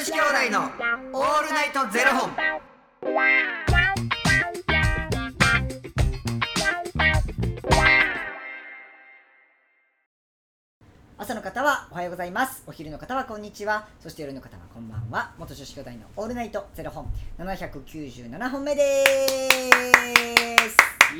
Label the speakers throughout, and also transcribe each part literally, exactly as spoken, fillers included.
Speaker 1: 子兄弟のオールナイトゼロ本。
Speaker 2: 朝の方はおはようございます。お昼の方はこんにちは。そして夜の方はこんばんは。元女子兄弟のオールナイトゼロ本ななひゃくきゅうじゅうななほんめです。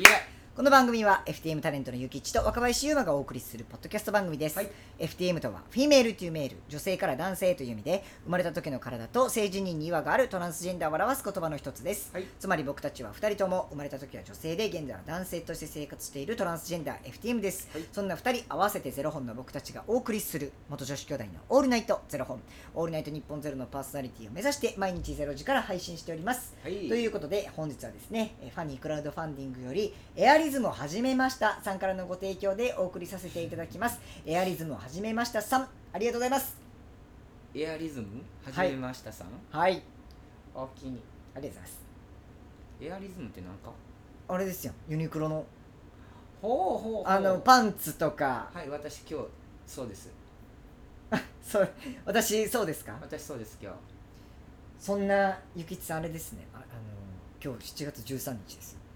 Speaker 1: いや
Speaker 2: この番組は エフティーエム タレントのゆきちと若林優馬がお送りするポッドキャスト番組です、はい、エフティーエム とはフィメールトゥーメール、女性から男性という意味で、生まれた時の体と性自認に違和があるトランスジェンダーを表す言葉の一つです、はい、つまり僕たちはふたりとも生まれた時は女性で現在は男性として生活しているトランスジェンダー エフティーエム です、はい、そんなふたり合わせてゼロ本の僕たちがお送りする元女子兄弟のオールナイトゼロ本、オールナイト日本ゼロのパーソナリティを目指して毎日ゼロじから配信しております、はい、ということで本日はですね、ファニークラウドファンディングよりエアリズムを始めましたさんからのご提供でお送りさせていただきます。エアリズムを始めましたさん、ありがとうございます。
Speaker 1: エアリズム始めましたさん、
Speaker 2: はい、
Speaker 1: おおきに
Speaker 2: ありがとうございます。
Speaker 1: エアリズムって何か
Speaker 2: あれですよ、ユニクロの
Speaker 1: ほうほうほう、
Speaker 2: あのパンツとか。
Speaker 1: はい、私今日そうです
Speaker 2: そう私そうですか。
Speaker 1: 私そうです今日。
Speaker 2: そんなゆきちさんあれですね、ああの今日しちがつじゅうさんにちですよ。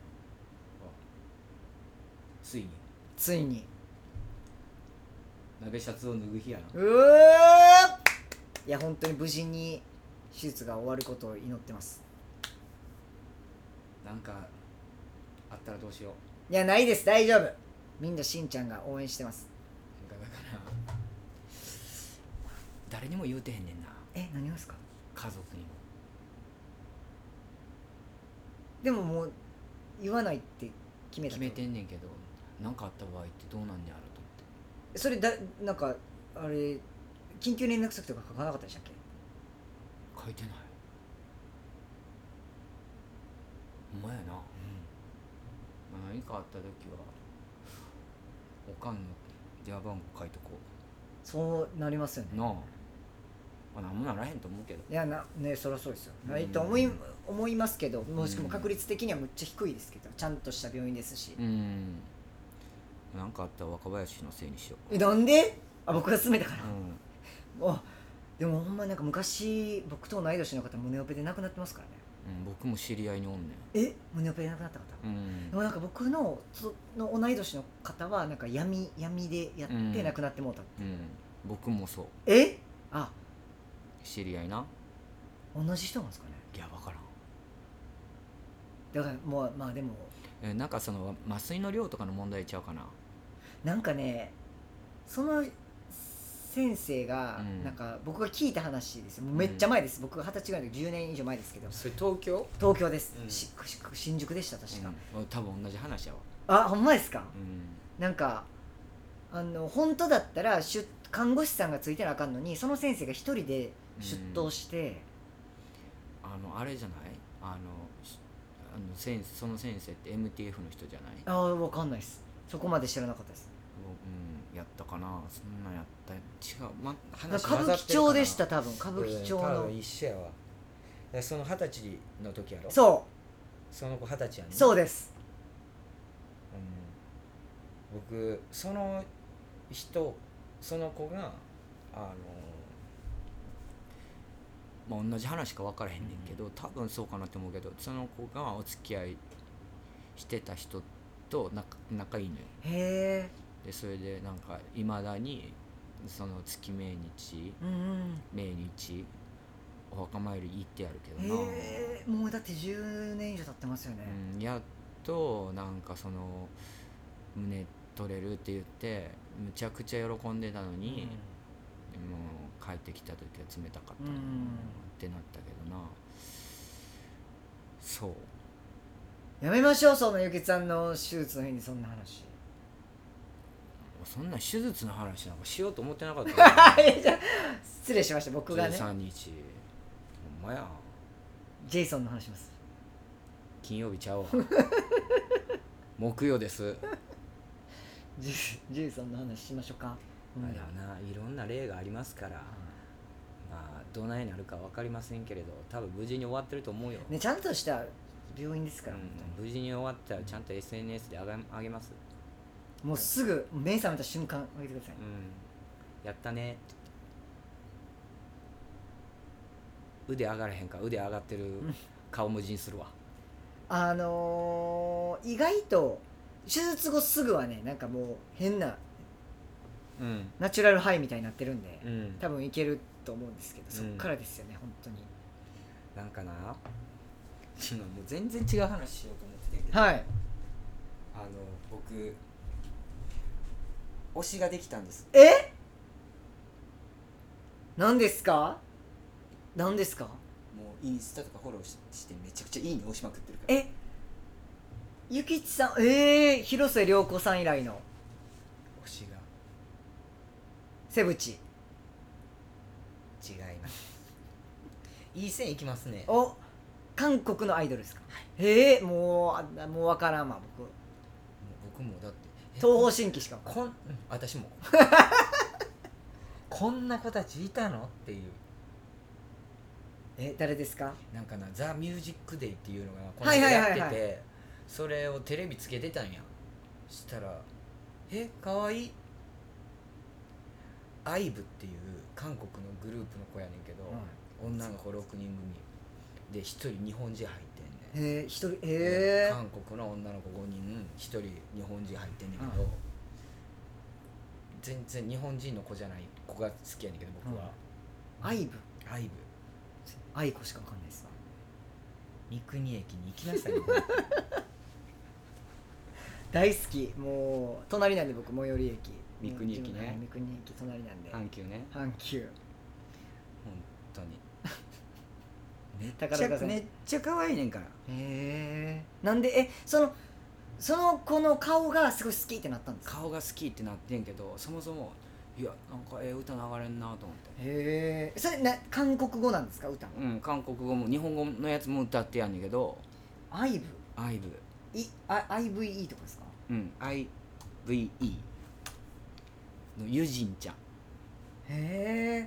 Speaker 1: ついに
Speaker 2: ついに
Speaker 1: 鍋シャツを脱ぐ日やな。
Speaker 2: うーいや本当に無事に手術が終わることを祈ってます。
Speaker 1: なんかあったらどうしよう。
Speaker 2: いやないです、大丈夫。みんなしんちゃんが応援してます。
Speaker 1: だから誰にも言うてへんねんな。
Speaker 2: え、何がですか。
Speaker 1: 家族にも。
Speaker 2: でももう言わないって決めた。
Speaker 1: 決めてんねんけど、何かあった場合ってどうなんねやろと思って。
Speaker 2: それだ、なんかあれ緊急連絡先とか書かなかったでしたっけ。
Speaker 1: 書いてない。ほんまやな、うん、何かあった時はおかんの電話番号書いとこう。
Speaker 2: そうなりますよね。
Speaker 1: なあ、まあ、何もならへんと思うけど。
Speaker 2: いやな、ね、そりゃそうですよ。ないと思い、思いますけど、もしくも確率的にはむっちゃ低いですけど、ちゃんとした病院ですし。
Speaker 1: うん、なんかあったら若林のせいにしよう。
Speaker 2: え、なんで。あ、僕が勧めたから、
Speaker 1: うん、
Speaker 2: あ、でもほんまなんか昔僕と同い年の方胸オペで亡くなってますからね。
Speaker 1: うん、僕も知り合いにおんねん。
Speaker 2: え、胸オペで亡くなった方、
Speaker 1: うん、
Speaker 2: でもなんか僕のその同い年の方はなんか闇闇でやって亡くなってもうたって、
Speaker 1: うんうん、僕もそう。
Speaker 2: え、あ、
Speaker 1: 知り合いな。
Speaker 2: 同じ人なんですかね。
Speaker 1: いや、分からん。
Speaker 2: だからもうまあでも
Speaker 1: え、なんかその麻酔の量とかの問題ちゃうかな。
Speaker 2: なんかね、その先生が、うん、なんか僕が聞いた話ですよ。もうめっちゃ前です、うん、僕が二十歳ぐらいの時じゅうねん以上前ですけど。
Speaker 1: それ東京？
Speaker 2: 東京です、
Speaker 1: うん、
Speaker 2: し新宿でした確か、
Speaker 1: うん、多分同じ話やわ。
Speaker 2: あ、ほんまですか、
Speaker 1: うん、
Speaker 2: なんかあの本当だったら出看護師さんがついてなあかんのに、その先生が一人で出頭して、
Speaker 1: うん、あのあれじゃない、あのあの先その先生って エムティーエフ の人じゃない。
Speaker 2: ああ、分かんないです、そこまで知らなかったです。
Speaker 1: うん、やったかな、そんなんやった違う、ま、
Speaker 2: 話歌舞伎町でした、多分歌舞伎町の、
Speaker 1: 多分一緒やわ。その二十歳の時やろ。
Speaker 2: そう、
Speaker 1: その子二十歳やね。
Speaker 2: そうです、
Speaker 1: うん、僕その人その子があのまあ同じ話か分からへんねんけど、うん、多分そうかなって思うけど、その子がお付き合いしてた人と仲仲いいのよ。
Speaker 2: へえ。
Speaker 1: でそれでなんかいまだにその月命日、
Speaker 2: うんうん、
Speaker 1: 命日お墓参り行ってやるけどな。
Speaker 2: へえ、もうだってじゅうねん以上経ってますよね、
Speaker 1: うん、やっとなんかその胸取れるって言ってむちゃくちゃ喜んでたのに、うん、もう帰ってきた時は冷たかったなってなったけどな、うん、そう
Speaker 2: やめましょう、そのゆきさんの手術の日にそんな話。
Speaker 1: そんな手術の話なんかしようと思ってなかった
Speaker 2: 失礼しました、僕がね。
Speaker 1: じゅうさんにちほんまや。
Speaker 2: ジェイソンの話します。
Speaker 1: 金曜日ちゃうわ木曜です
Speaker 2: ジェイソンの話しましょうか。
Speaker 1: うん、まあないろんな例がありますから、うん、まあどないなるか分かりませんけれど、多分無事に終わってると思うよ、
Speaker 2: ね、ちゃんとした病院ですから、
Speaker 1: うん、無事に終わったらちゃんと エスエヌエス で上げ、上げます。
Speaker 2: もうすぐ目覚めた瞬間上げてください、
Speaker 1: うん、やったねって腕上がらへんから腕上がってる顔文字にするわ。
Speaker 2: あのー、意外と手術後すぐはねなんかもう変な
Speaker 1: うん
Speaker 2: ナチュラルハイみたいになってるんで、
Speaker 1: うん、
Speaker 2: 多分いけると思うんですけど、そっからですよね、
Speaker 1: うん、
Speaker 2: 本当に。
Speaker 1: なんかな今もう全然違う話しようと思ってたけど、
Speaker 2: はい、
Speaker 1: あの僕推しができたんです。
Speaker 2: え何ですか何ですか。
Speaker 1: もうインスタとかフォロー し, してめちゃくちゃいいね押しまくってるから。
Speaker 2: えゆきちさん、えー、広末涼子さん以来の
Speaker 1: 推しが
Speaker 2: セブチ。
Speaker 1: 違います。いい線いきますね。
Speaker 2: お韓国のアイドルですか。
Speaker 1: はい、
Speaker 2: えー、もうあもう分からんわ僕。
Speaker 1: もう僕もだって
Speaker 2: 東方神起しか
Speaker 1: こん、うん、私もこんな子たちいたのっていう。
Speaker 2: え誰ですか。
Speaker 1: なんかなザ・ミュージックデイっていうのがこの
Speaker 2: はい
Speaker 1: 間やってて、
Speaker 2: はいはいはい、
Speaker 1: それをテレビつけてたんや。したらえかわいいアイブっていう韓国のグループの子やねんけど、うん、女の子ろくにん組でひとり日本人入ってんねん。
Speaker 2: へえ、ひとり、へえ。
Speaker 1: 韓国の女の子ごにん、ひとり日本人入ってんねんけど、うん、全然日本人の子じゃない子が好きやねんけど僕は、
Speaker 2: うん、アイブ
Speaker 1: アイブ
Speaker 2: アイコしかわかんないですわ。
Speaker 1: 三国駅に行きなさい
Speaker 2: 大好き。もう隣なんで僕最寄り駅
Speaker 1: 三国駅ね。
Speaker 2: 三国駅隣なんで。
Speaker 1: 阪急ね。
Speaker 2: 阪急
Speaker 1: 本当にめっ
Speaker 2: 宝
Speaker 1: ちゃめっちゃ可愛いねんから。へ
Speaker 2: え。なんでえそのその子の顔がすごい好きってなったんですか。
Speaker 1: 顔が好きってなってんけど、そもそもいやなんかええ歌流れんなと思って。
Speaker 2: へえ。それな韓国語なんですか歌。
Speaker 1: うん、韓国語も日本語のやつも歌ってやんねんけど。
Speaker 2: アイブ
Speaker 1: アイブ
Speaker 2: いあ アイブイイー とかですか。
Speaker 1: うん、アイブイイー のユジンちゃん。
Speaker 2: へえ。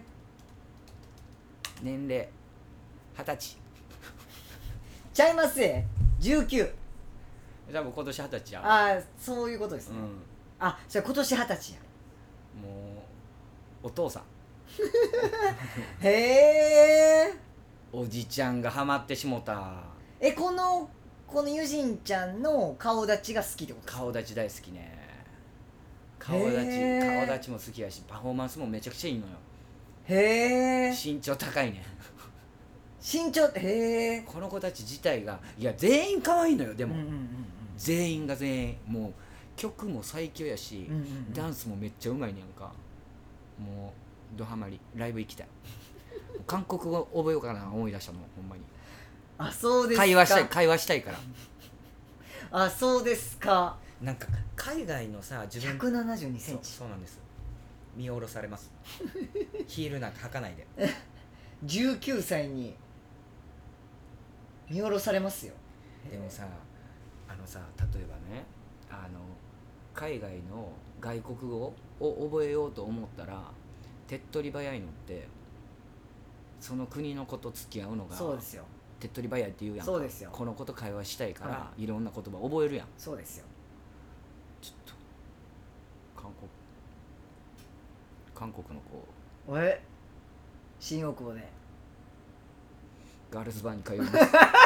Speaker 1: 年齢はたち
Speaker 2: ちゃいますね。じゅうきゅう。
Speaker 1: 多分今年はたちや。
Speaker 2: ああそういうことですね、
Speaker 1: うん、
Speaker 2: あそれ今年はたちや。
Speaker 1: もうお父さん
Speaker 2: へえ。
Speaker 1: おじちゃんがハマってしもた。
Speaker 2: えこのこのユジンちゃんの顔立ちが好きってことですか。
Speaker 1: 顔立ち大好きね。顔立ち顔立ちも好きやしパフォーマンスもめちゃくちゃいいのよ。
Speaker 2: へえ。
Speaker 1: 身長高いね。
Speaker 2: 身長へえ。
Speaker 1: この子たち自体がいや全員可愛いのよ。でも、
Speaker 2: うんうんうんうん、
Speaker 1: 全員が全員もう曲も最強やし、
Speaker 2: うんうんうん、
Speaker 1: ダンスもめっちゃうまいねやんか。もうドハマり。ライブ行きたい韓国語覚えようかな思い出したもんほんまに。
Speaker 2: あそうですか。
Speaker 1: 会話したい会話したいから
Speaker 2: あそうですか。
Speaker 1: なんか海外のさ自分
Speaker 2: ひゃくななじゅうにセンチ。
Speaker 1: そう、そうなんです。見下ろされますヒールなんか履かないで
Speaker 2: じゅうきゅうさいに見下ろされますよ。
Speaker 1: でもさあのさ例えばねあの海外の外国語を覚えようと思ったら手っ取り早いのってその国の子と付き合うのが
Speaker 2: そうですよ。
Speaker 1: 手っ取り早いって言うやんか。
Speaker 2: そうですよ。
Speaker 1: この子と会話したいから、
Speaker 2: はい、
Speaker 1: いろんな言葉覚えるやん。
Speaker 2: そうですよ。
Speaker 1: ちょっと韓国韓国の子
Speaker 2: え新大久保で
Speaker 1: ガールズバーに通います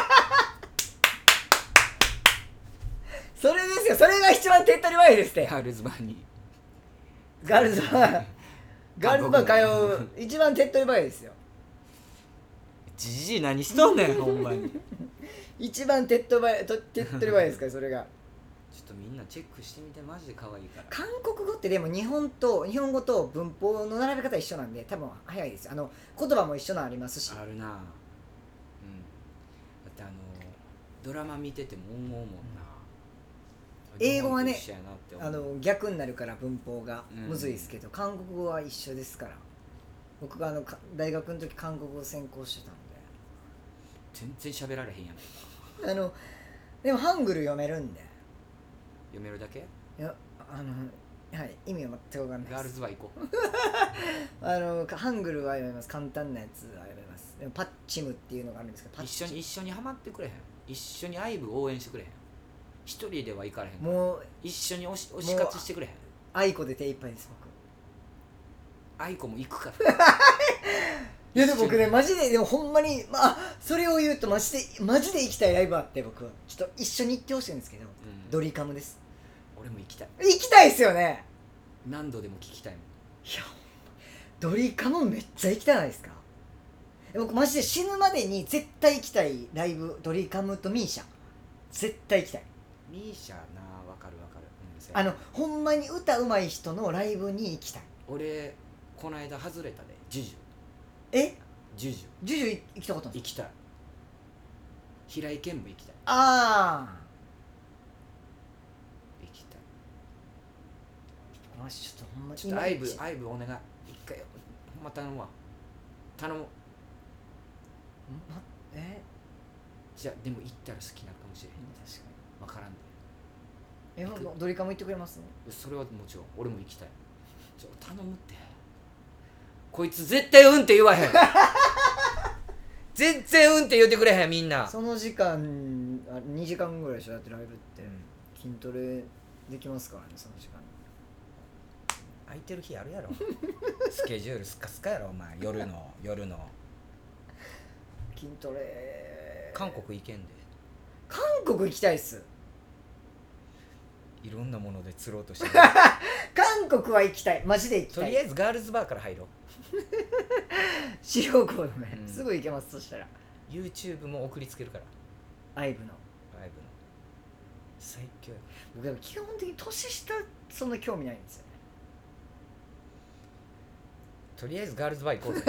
Speaker 2: それですよ。それが一番手っ取り早いですって。
Speaker 1: ガールズバーに
Speaker 2: ガールズバーガールズバー通う一番手っ取り早いですよ。
Speaker 1: じじい何しとんねんほんまに
Speaker 2: 一番手っ取り早い手っ取り早いですからそれが。
Speaker 1: ちょっとみんなチェックしてみて。マジで可愛いから。
Speaker 2: 韓国語ってでも日本と日本語と文法の並べ方一緒なんで多分早いですよ。あの言葉も一緒のありますし。
Speaker 1: あるな。うん。だってあのドラマ見てても思うもんな。
Speaker 2: 英語はね
Speaker 1: 一緒やなって思う。
Speaker 2: あの逆になるから文法がむずいですけど、うん、韓国語は一緒ですから。僕があの大学の時韓国語専攻してたんで
Speaker 1: 全然喋られへんやん。
Speaker 2: あのでもハングル読めるんで。
Speaker 1: 読めるだけ？
Speaker 2: いやあのはい意味は全く分かんないです。
Speaker 1: ガールズバー行こう
Speaker 2: あのハングルは読めます。簡単なやつは読めます。でもパッチムっていうのがあるんですけど、パッ
Speaker 1: 一緒に一緒にハマってくれへん。一緒にアイブ応援してくれへん。一人では行かれへん。
Speaker 2: もう
Speaker 1: 一緒に推し推し活してくれへん。
Speaker 2: アイコで手いっぱいです僕。
Speaker 1: アイコも行くから
Speaker 2: いやでも僕ねマジででもほんまにまあそれを言うとマジでマジで行きたいライブあって僕はちょっと一緒に行ってほしいんですけど、うん、ドリカムです。
Speaker 1: 俺も行きたい
Speaker 2: 行きたいですよね。
Speaker 1: 何度でも聞きたいもん。
Speaker 2: いやドリカムめっちゃ行きたないですか。僕マジで死ぬまでに絶対行きたいライブドリカムとミーシャ絶対行きたい。
Speaker 1: ミーシャなわかるわかる、
Speaker 2: うん、あのほんまに歌うまい人のライブに行きたい。
Speaker 1: 俺この間外れたでジュジュ。
Speaker 2: え
Speaker 1: ジュジュ
Speaker 2: ジュジュ行きたことあるんですか。
Speaker 1: 行きたい。平井堅も行きたい。
Speaker 2: ああ
Speaker 1: 行きたい。
Speaker 2: マジちょっとほんま
Speaker 1: ちょっとアイブアイブお願い一回ほんま頼むわ頼む。
Speaker 2: まえ
Speaker 1: じゃあでも行ったら好きなのかもしれへん。
Speaker 2: 確か
Speaker 1: に分からんで。
Speaker 2: えほんとドリカム行ってくれます？
Speaker 1: それはもちろん俺も行きたい。ちょ頼むって。こいつ絶対うんって言わへん全然うんって言ってくれへんみんな。
Speaker 2: その時間あにじかんぐらいでしょだってライブって、うん、筋トレできますからねその時間。
Speaker 1: 空いてる日あるやろスケジュールスカスカやろお前夜の夜の
Speaker 2: 筋トレ。
Speaker 1: 韓国行けんで。
Speaker 2: 韓国行きたいっす。
Speaker 1: いろんなもので釣ろうとしてる
Speaker 2: 韓国は行きたいマジで行きたい。
Speaker 1: とりあえずガールズバーから入ろう
Speaker 2: 資料コードね、うん、すぐ行けます。そしたら
Speaker 1: YouTube も送りつけるから
Speaker 2: アイブの
Speaker 1: アイブの最強や。
Speaker 2: 僕でも基本的に年下そんな興味ないんですよね。
Speaker 1: とりあえずガールズバー行こうぜ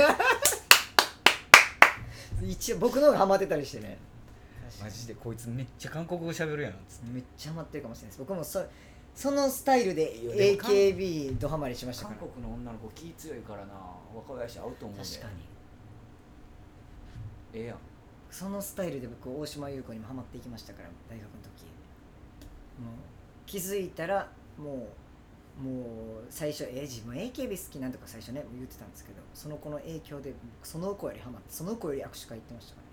Speaker 2: 一応僕の方がハマってたりしてね。
Speaker 1: マジでこいつめっちゃ韓国語喋るやんつって
Speaker 2: めっちゃハマってるかもしれないです。僕も そ, そのスタイルで エーケービー ドハマりしましたから。
Speaker 1: 韓国の女の子気強いからな若林合うと思うんで。
Speaker 2: 確かに
Speaker 1: ええやん。
Speaker 2: そのスタイルで僕大島優子にもハマっていきましたから大学の時。もう気づいたらもうもう最初え自分 エーケービー 好きなんとか最初ね言ってたんですけどその子の影響でその子よりハマってその子より握手会行ってましたからね。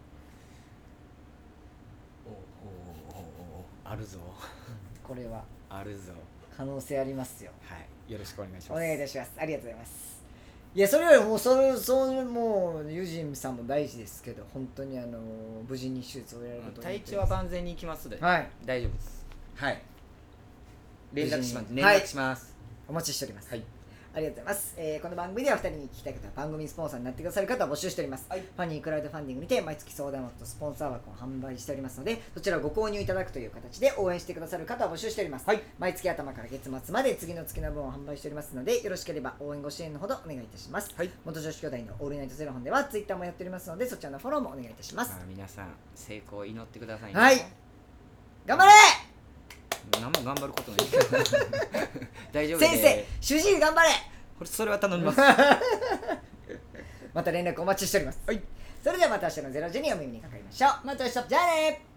Speaker 1: おおおおあるぞ
Speaker 2: これは
Speaker 1: あるぞ
Speaker 2: 可能性ありますよ。
Speaker 1: はいよろしくお願いします。
Speaker 2: お願いいたします。ありがとうございます。いやそれよりもそれそれもうユジンさんも大事ですけど本当にあの無事に手術をやることを
Speaker 1: 体調は万全にいきますで。
Speaker 2: はい
Speaker 1: 大丈夫です。はい連絡します連
Speaker 2: はい
Speaker 1: 絡します、
Speaker 2: お待ちしております。
Speaker 1: はい
Speaker 2: ありがとうございます、えー、この番組ではふたりに聞きたい方番組スポンサーになってくださる方を募集しております、はい、ファニークラウドファンディングにて毎月相談枠とスポンサー枠を販売しておりますのでそちらをご購入いただくという形で応援してくださる方を募集しております、はい、毎月頭から月末まで次の月の分を販売しておりますのでよろしければ応援ご支援のほどお願いいたします、はい、元女子兄弟のオールナイトゼロ本ではツイッターもやっておりますのでそちらのフォローもお願いいたします。
Speaker 1: 皆さん成功を祈ってくださいね。
Speaker 2: はい頑張れ
Speaker 1: 何も頑張ることないけど大丈夫です。
Speaker 2: 先生主治医頑張れ
Speaker 1: これそれは頼みます
Speaker 2: また連絡お待ちしております、はい、それではまた明日のゼロ時にお耳にかかりましょう。また明日じゃあね。